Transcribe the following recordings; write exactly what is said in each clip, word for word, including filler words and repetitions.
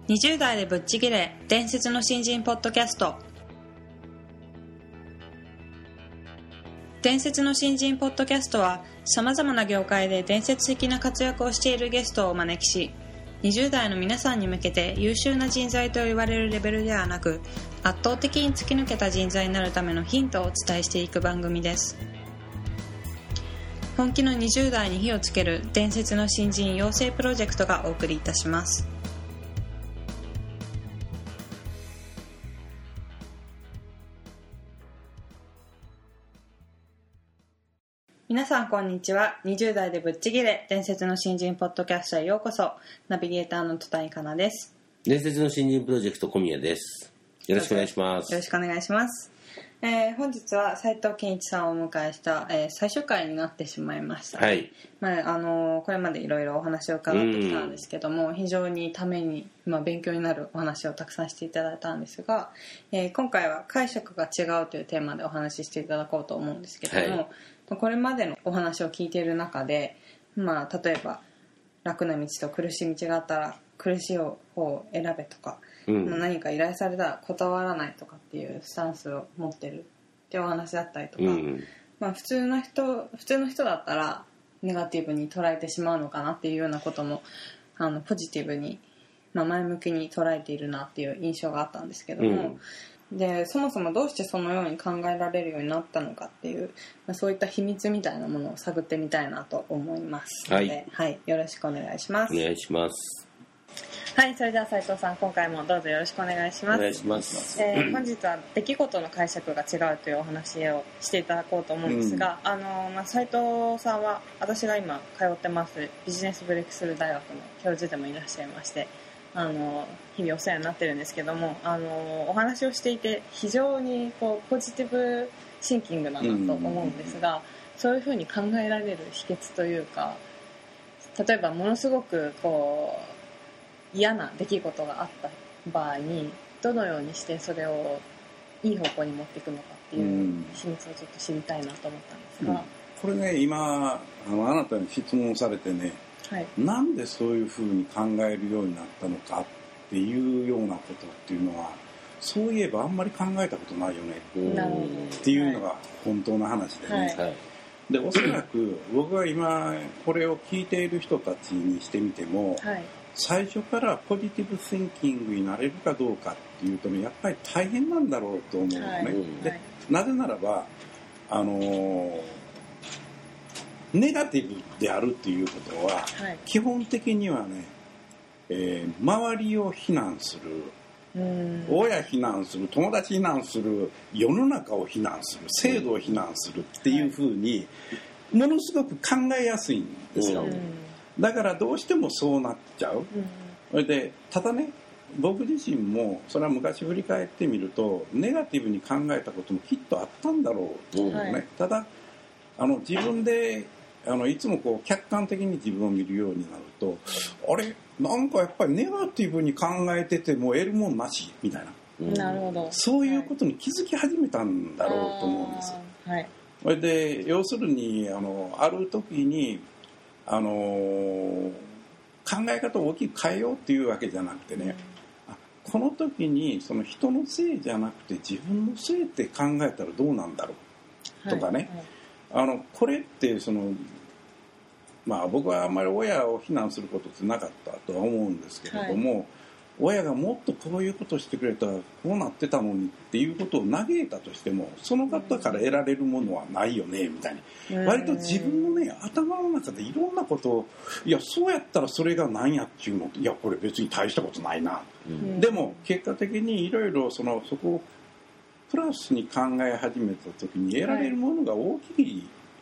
にじゅう代でぶっちぎれ伝説の新人ポッドキャスト。伝説の新人ポッドキャストはさまざまな業界で伝説的な活躍をしているゲストをお招きし、にじゅう代の皆さんに向けて優秀な人材と言われるレベルではなく、圧倒的に突き抜けた人材になるためのヒントをお伝えしていく番組です。本気のにじゅう代に火をつける伝説の新人養成プロジェクトがお送りいたします。皆さんこんにちは。にじゅう代でぶっちぎれ伝説の新人ポッドキャストへようこそ。ナビゲーターの戸谷香奈です。 伝説の新人プロジェクト小宮です。よろしくお願いします。 よろしくお願いします。えー、本日は斉藤健一さんをお迎えした、えー、最終回になってしまいました、ね。はい。まああのー、これまでいろいろお話を伺ってきたんですけども、非常にために、まあ、勉強になるお話をたくさんしていただいたんですが、えー、今回は解釈が違うというテーマでお話ししていただこうと思うんですけども、はい、これまでのお話を聞いている中で、まあ、例えば楽な道と苦しい道があったら苦しい方を選べとか、うん、何か依頼されたら断らないとかっていうスタンスを持ってるっていうお話だったりとか、うん、まあ、普通の人普通の人だったらネガティブに捉えてしまうのかなっていうようなこともあのポジティブに、まあ、前向きに捉えているなっていう印象があったんですけども、うん、でそもそもどうしてそのように考えられるようになったのかっていう、まあ、そういった秘密みたいなものを探ってみたいなと思いますので、はいはい、よろしくお願いします。 お願いします。 はい、それでは斉藤さん、今回もどうぞよろしくお願いします。 お願いします。 えー、本日は出来事の解釈が違うというお話をしていただこうと思うんですが、うん、あのまあ、斉藤さんは私が今通ってますビジネスブレイクスルー大学の教授でもいらっしゃいまして、あの日々お世話になってるんですけども、あのお話をしていて非常にこうポジティブシンキングだなと思うんですが、うん、そういうふうに考えられる秘訣というか、例えばものすごくこう嫌な出来事があった場合にどのようにしてそれをいい方向に持っていくのかっていう秘密をちょっと知りたいなと思ったんですが、うん、 これね、今あのあなたに質問されてね、はい、なんでそういうふうに考えるようになったのかっていうようなことっていうのは、そういえばあんまり考えたことないよねっていうのが本当の話でね、はいはい、でおそらく僕は今これを聞いている人たちにしてみても、はい、最初からポジティブシンキングになれるかどうかっていうとね、やっぱり大変なんだろうと思うのね、はい、で、はい、なぜならばあのー、ネガティブであるっていうことは、はい、基本的にはね、えー、周りを非難する、うん、親非難する、友達非難する、世の中を非難する、制度を非難するっていうふうに、ものすごく考えやすいんですよ、うん、だからどうしてもそうなっちゃう、うん、それでただね、僕自身もそれは昔振り返ってみるとネガティブに考えたこともきっとあったんだろうと思うね、はい、ただあの自分であのいつもこう客観的に自分を見るようになると、あれなんかやっぱりネガティブに考えてても得るもんなしみたいな、 うん、なるほど、 そういうことに気づき始めたんだろうと思うんですよ、はい、それで要するにあのある時にあのー、考え方を大きく変えようっていうわけじゃなくてね、うん、この時にその人のせいじゃなくて自分のせいって考えたらどうなんだろうとかね、はいはい、あのこれってそのまあ僕はあんまり親を非難することってなかったとは思うんですけれども、はい、親がもっとこういうことをしてくれたらこうなってたのにっていうことを嘆いたとしても、その方から得られるものはないよねみたいに、割と自分のね頭の中でいろんなことを、いやそうやったらそれが何やっていうの、いやこれ別に大したことないな、うん、でも結果的にいろいろそのそこをプラスに考え始めた時に得られるものが大きい、はい、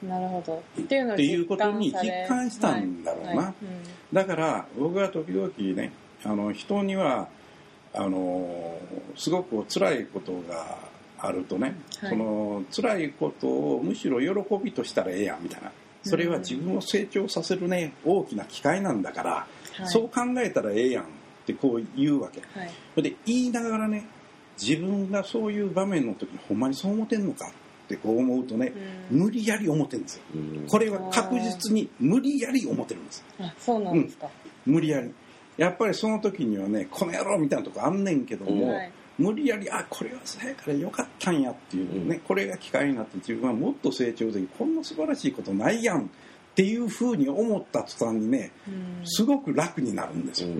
なるほどっていうのをっていうことに実感したんだろうな、はいはい、うん、だから僕は時々ね、あの人にはあのすごく辛いことがあるとね、はい、その辛いことをむしろ喜びとしたらええやんみたいな、それは自分を成長させるね大きな機会なんだから、はい、そう考えたらええやんってこう言うわけ、はい、で言いながらね、自分がそういう場面の時にほんまにそう思ってんのかってこう思うとね、うん、無理やり思ってるんですよ、うん、これは確実に無理やり思ってるんです。 あ、そうなんですか、 うん、無理やりやっぱりその時にはねこの野郎みたいなとこあんねんけども、はい、無理やりあこれはそうやからよかったんやっていうね、うん、これが機会になって自分はもっと成長できこんな素晴らしいことないやんっていうふうに思った途端にね、うん、すごく楽になるんですよ、うん、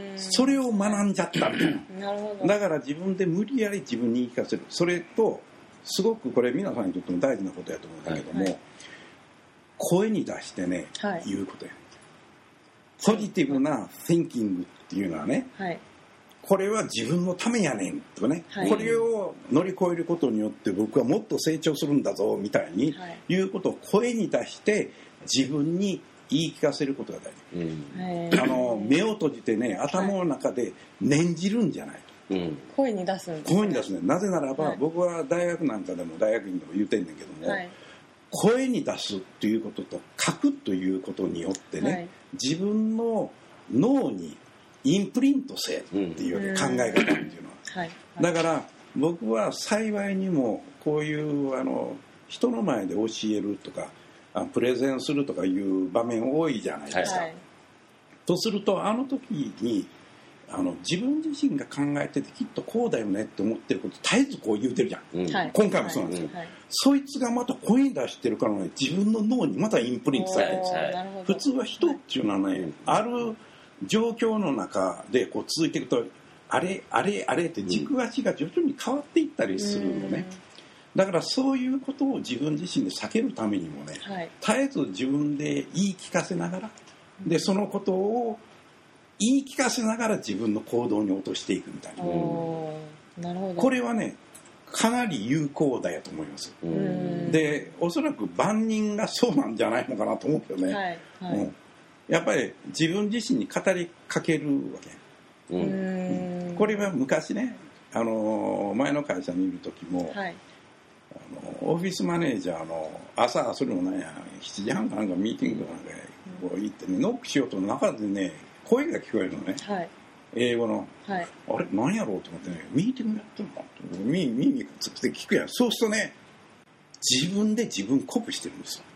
それを学んじゃったみたいな、なるほど。だから自分で無理やり自分に言い聞かせる。それとすごくこれ皆さんにとっても大事なことやと思うんだけども、はい、声に出してね、はい、言うことや。ポジティブな thinking っていうのはね、はい、これは自分のためやねんとかね、はい、これを乗り越えることによって僕はもっと成長するんだぞみたいに、はい、いうことを声に出して自分に言い聞かせることが大事、うん、あの目を閉じてね頭の中で念じるんじゃないと、はい、 声に出すんですね。 声に出すね。なぜならば、はい、僕は大学なんかでも大学院でも言うてんねんけども、はい、声に出すっていうことと書くということによってね、はい、自分の脳にインプリントせっていう、ね、考え方っていうのは、はいはい、だから僕は幸いにもこういうあの人の前で教えるとかプレゼンするとかいう場面多いじゃないですか、はい、とするとあの時にあの自分自身が考えててきっとこうだよねって思ってること絶えずこう言うてるじゃん、うん、今回もそうなんですよ、はいはい、そいつがまた声に出してるからね自分の脳にまたインプリントされてるんですよ。普通は人っていうのはね、はい、ある状況の中でこう続いていくとあれあれあれって軸足が徐々に変わっていったりするのね、うん、だからそういうことを自分自身で避けるためにもね、はい、絶えず自分で言い聞かせながらでそのことを言い聞かせながら自分の行動に落としていくみたいな、なるほど。これはねかなり有効だよと思います。うんでおそらく万人がそうなんじゃないのかなと思うけどね、はいはいうん、やっぱり自分自身に語りかけるわけ、うん、これは昔ねあの前の会社にいる時も、はい、あのオフィスマネージャーの朝それもなんやしちじはんかなんかミーティングなんかこう行ってねノックしようと中でね声が聞こえるのね、はい、英語の、はい、あれ何やろうと思ってねミーティングやってるのかと耳耳つって聞くやん。そうするとね自分で自分鼓舞してるんですよ。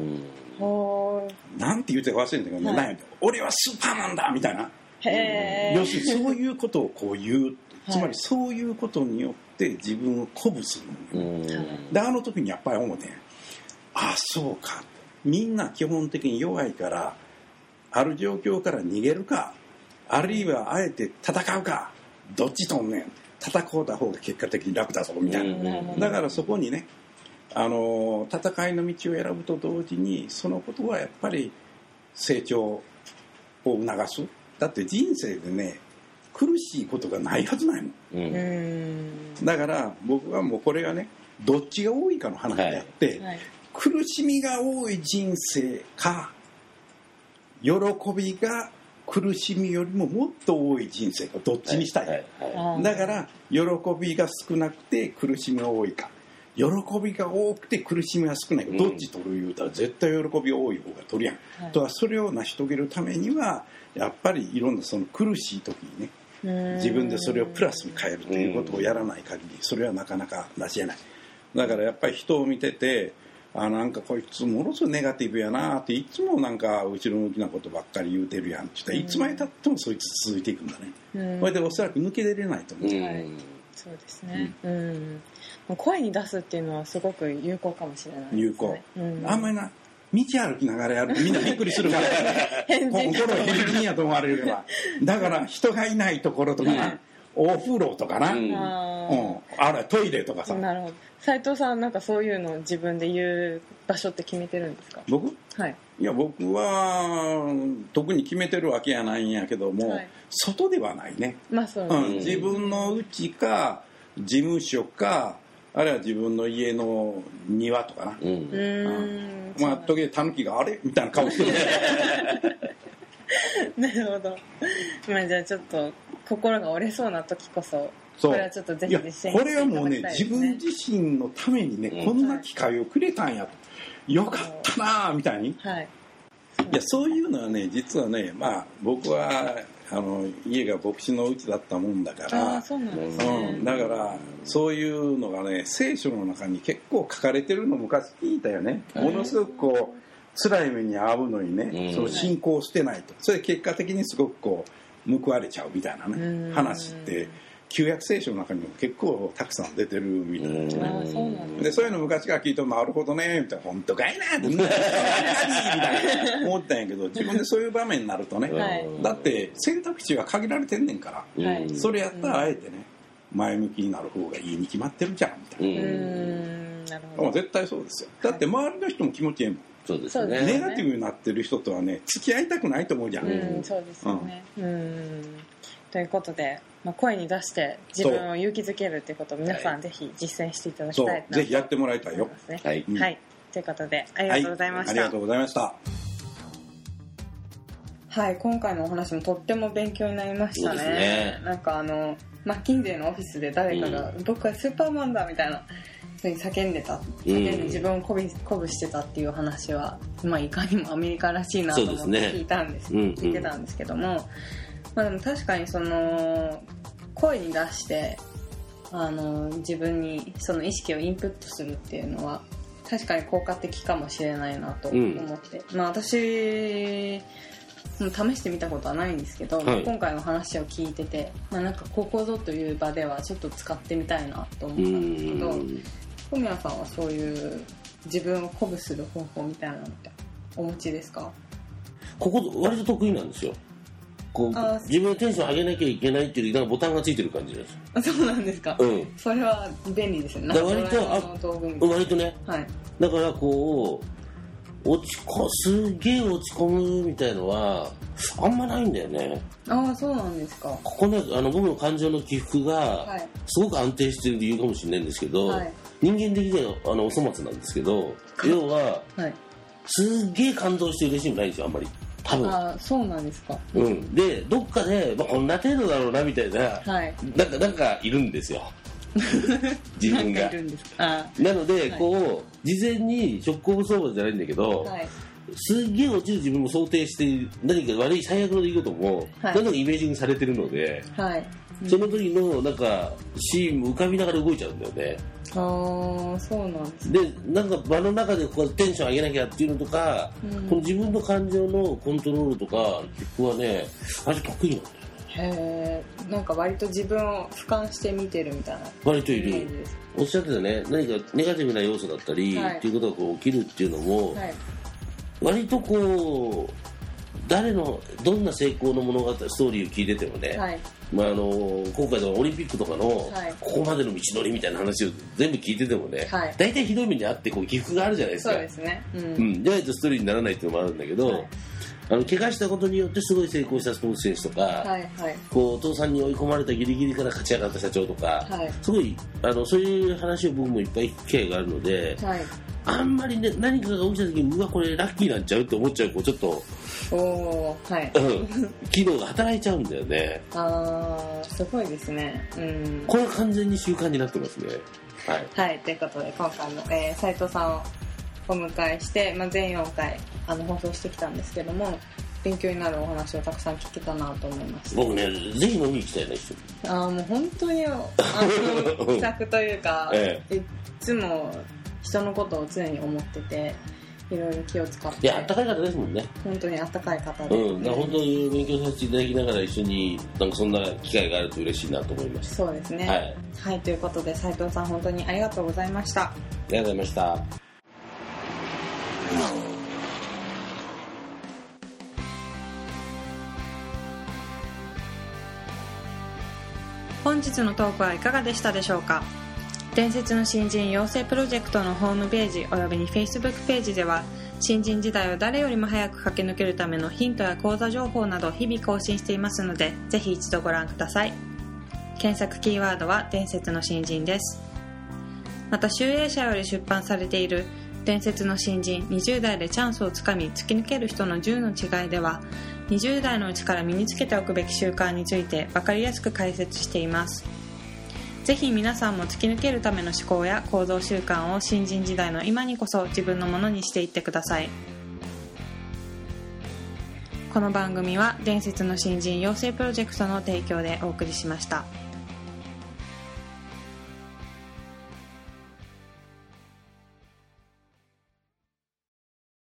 うんなんて言うてか忘れてるけど、はい、俺はスーパーマンだみたいなへ要するにそういうことをこう言うつまりそういうことによって自分を鼓舞するの、ね、であの時にやっぱり思ってああそうかみんな基本的に弱いからある状況から逃げるかあるいはあえて戦うかどっちとんねん戦うた方が結果的に楽だぞみたいな、うん、だからそこにねあの戦いの道を選ぶと同時にそのことはやっぱり成長を促す。だって人生でね苦しいことがないはずないもん、うん、だから僕はもうこれがねどっちが多いかの話であって、はいはい、苦しみが多い人生か喜びが苦しみよりももっと多い人生かどっちにしたい、はいはいはい、だから喜びが少なくて苦しみが多いか喜びが多くて苦しみが少ないかどっち取る言うたら絶対喜びが多い方が取るやん、はい、とはそれを成し遂げるためにはやっぱりいろんなその苦しい時にね自分でそれをプラスに変えるということをやらない限りそれはなかなか成し得ない。だからやっぱり人を見ててあなんかこいつものすごいネガティブやなっていつもなんか後ろ向きなことばっかり言うてるやんって言ったらいつまでたってもそいつ続いていくんだね。これでおそらく抜け出れないと思う、はい、 そうですね、うんうん、声に出すっていうのはすごく有効かもしれないですね。 有効、うん、あんまりな道歩きながらやるとみんなびっくりするから心を変人やと思われるからだから人がいないところとかな、うん、お風呂とかな、うんあうん、あれトイレとかさ。 なるほど。斉藤さんなんかそういうのを自分で言う場所って決めてるんですか？ 僕？はい。いや僕は特に決めてるわけやないんやけども、はい、外ではないね。まあそうね、うん、自分の家か事務所かあるいは自分の家の庭とかな。うん。うんまあ時々タヌキがあれみたいな顔してる。 なるほど。まあじゃあちょっと心が折れそうな時こそ。これはちょっとぜひ実践していただきたいですね。これはもうね自分自身のためにね、うん、こんな機会をくれたんやと、はい、よかったなみたいに、はい、いやそういうのはね実はねまあ僕はあの家が牧師のうちだったもんだからあそうなんですね、うん、だからそういうのがね聖書の中に結構書かれてるの昔聞いたよね。ものすごくこう辛い目に遭うのにね、うん、その信仰を捨てないとそれ結果的にすごくこう報われちゃうみたいなね話って旧約聖書の中にも結構たくさん出てるみたいな、ね、 そうなんです。 でそういうの昔から聞いてもなるほどねみたいな本当かいなってみたいな思ったんやけど自分でそういう場面になるとね、はい、だって選択肢は限られてんねんから、はい、それやったらあえてね前向きになる方がいいに決まってるじゃんみたいな、うん、なるほど。絶対そうですよ。だって周りの人も気持ちいいもん。 そうですね。 ネガティブになってる人とはね付き合いたくないと思うじゃん。 うん、そうですよね、うん、うんということで、まあ、声に出して自分を勇気づけるっていうことを皆さんぜひ実践していただきたいなと、 ぜひやってもらいたいよ、 ね、はい、うん、はい、ということでありがとうございました、はい、 ありがとうございました。 はい、今回のお話もとっても勉強になりました ね, ねなんかあのマッキンゼーのオフィスで誰かが、うん、僕はスーパーマンだみたいな叫んでた叫んで自分を鼓舞、鼓舞してたっていう話は、まあ、いかにもアメリカらしいなと思って聞いたんです、ね、聞いてたんですけども、まあ、でも確かにその声に出してあの自分にその意識をインプットするっていうのは確かに効果的かもしれないなと思って、うん、まあ私試してみたことはないんですけど、はい、今回の話を聞いてて、まあ、なんかここぞという場ではちょっと使ってみたいなと思ったんですけど、小宮さんはそういう自分を鼓舞する方法みたいなのってお持ちですか？ ここ割と得意なんですよ。こう自分のテンション上げなきゃいけないっていうなんかボタンがついてる感じです。 あ、そうなんですか。うん。それは便利ですよね。 だ割とあ割とね。はい。だからこう落ちこすげえ落ち込むみたいのはあんまないんだよね。 ああ、そうなんですか。 ここね、あの僕の感情の起伏がすごく安定してる理由かもしれないんですけど、はい、人間的にはあのお粗末なんですけど、要は、はい、すげえ感動して嬉しいもないんですよ、あんまり。多分。 ああ、そうなんですか。 うん。で、どっかで、まあ、こんな程度だろうなみたいな、はい、なんかなんかいるんですよ。自分が。なんかいるんですか。あなので、はい、こう事前にショックオブ相場じゃないんだけど。はい、すっげえ落ちる自分も想定して何か悪い最悪の出来事も何とかイメージングされてるので、はいうん、その時のなんかシーン浮かびながら動いちゃうんだよね。 ああ、そうなんですね。でなんか場の中でこうテンション上げなきゃっていうのとか、うん、この自分の感情のコントロールとか結構はねあれ得意なんだよね。 へえ、なんか割と自分を俯瞰して見てるみたいな割といる。おっしゃってたね、何かネガティブな要素だったり、はい、っていうことがこう起きるっていうのも、はい、割とこう誰のどんな成功の物語ストーリーを聞いててもね、はいまあ、あの今回のオリンピックとかのここまでの道のりみたいな話を全部聞いててもね、はい、大体ひどい目にあってこう起伏があるじゃないですか。 そうですね、うんうん、 じゃないとストーリーにならないっていうのもあるんだけど、はい、あの怪我したことによってすごい成功したスポーツ選手とか、はいはい、こうお父さんに追い込まれたギリギリから勝ち上がった社長とか、はい、すごいあのそういう話を僕もいっぱい聞く機会があるので、はいあんまりね何かが起きた時にうわこれラッキーになっちゃうって思っちゃうこうちょっとおー、はいうん、機能が働いちゃうんだよね。 あーすごいですね、うん、 これは完全に習慣になってますね。 はい、はい、ということで今回の、えー、斉藤さんをお迎えして、まあ、全よんかいあの放送してきたんですけども勉強になるお話をたくさん聞けたなと思います。 僕ねぜひ飲みに行きたいな一緒に。 あーもう本当にあの気さくというか、ええ、いつも人のことを常に思ってていろいろ気を使っていやあったかい方ですもんね。 本当にあったかい方で、 うん、だから本当に勉強させていただきながら一緒になんかそんな機会があると嬉しいなと思います。 そうですね、はい、はい、ということで斉藤さん本当にありがとうございました。 ありがとうございました。 本日のトークはいかがでしたでしょうか。伝説の新人養成プロジェクトのホームページおよびに Facebook ページでは新人時代を誰よりも早く駆け抜けるためのヒントや講座情報など日々更新していますのでぜひ一度ご覧ください。検索キーワードは伝説の新人です。また集英社より出版されている伝説の新人にじゅう代でチャンスをつかみ突き抜ける人のじゅうの違いではにじゅう代のうちから身につけておくべき習慣について分かりやすく解説しています。ぜひ皆さんも突き抜けるための思考や行動習慣を新人時代の今にこそ自分のものにしていってください。この番組は伝説の新人養成プロジェクトの提供でお送りしました。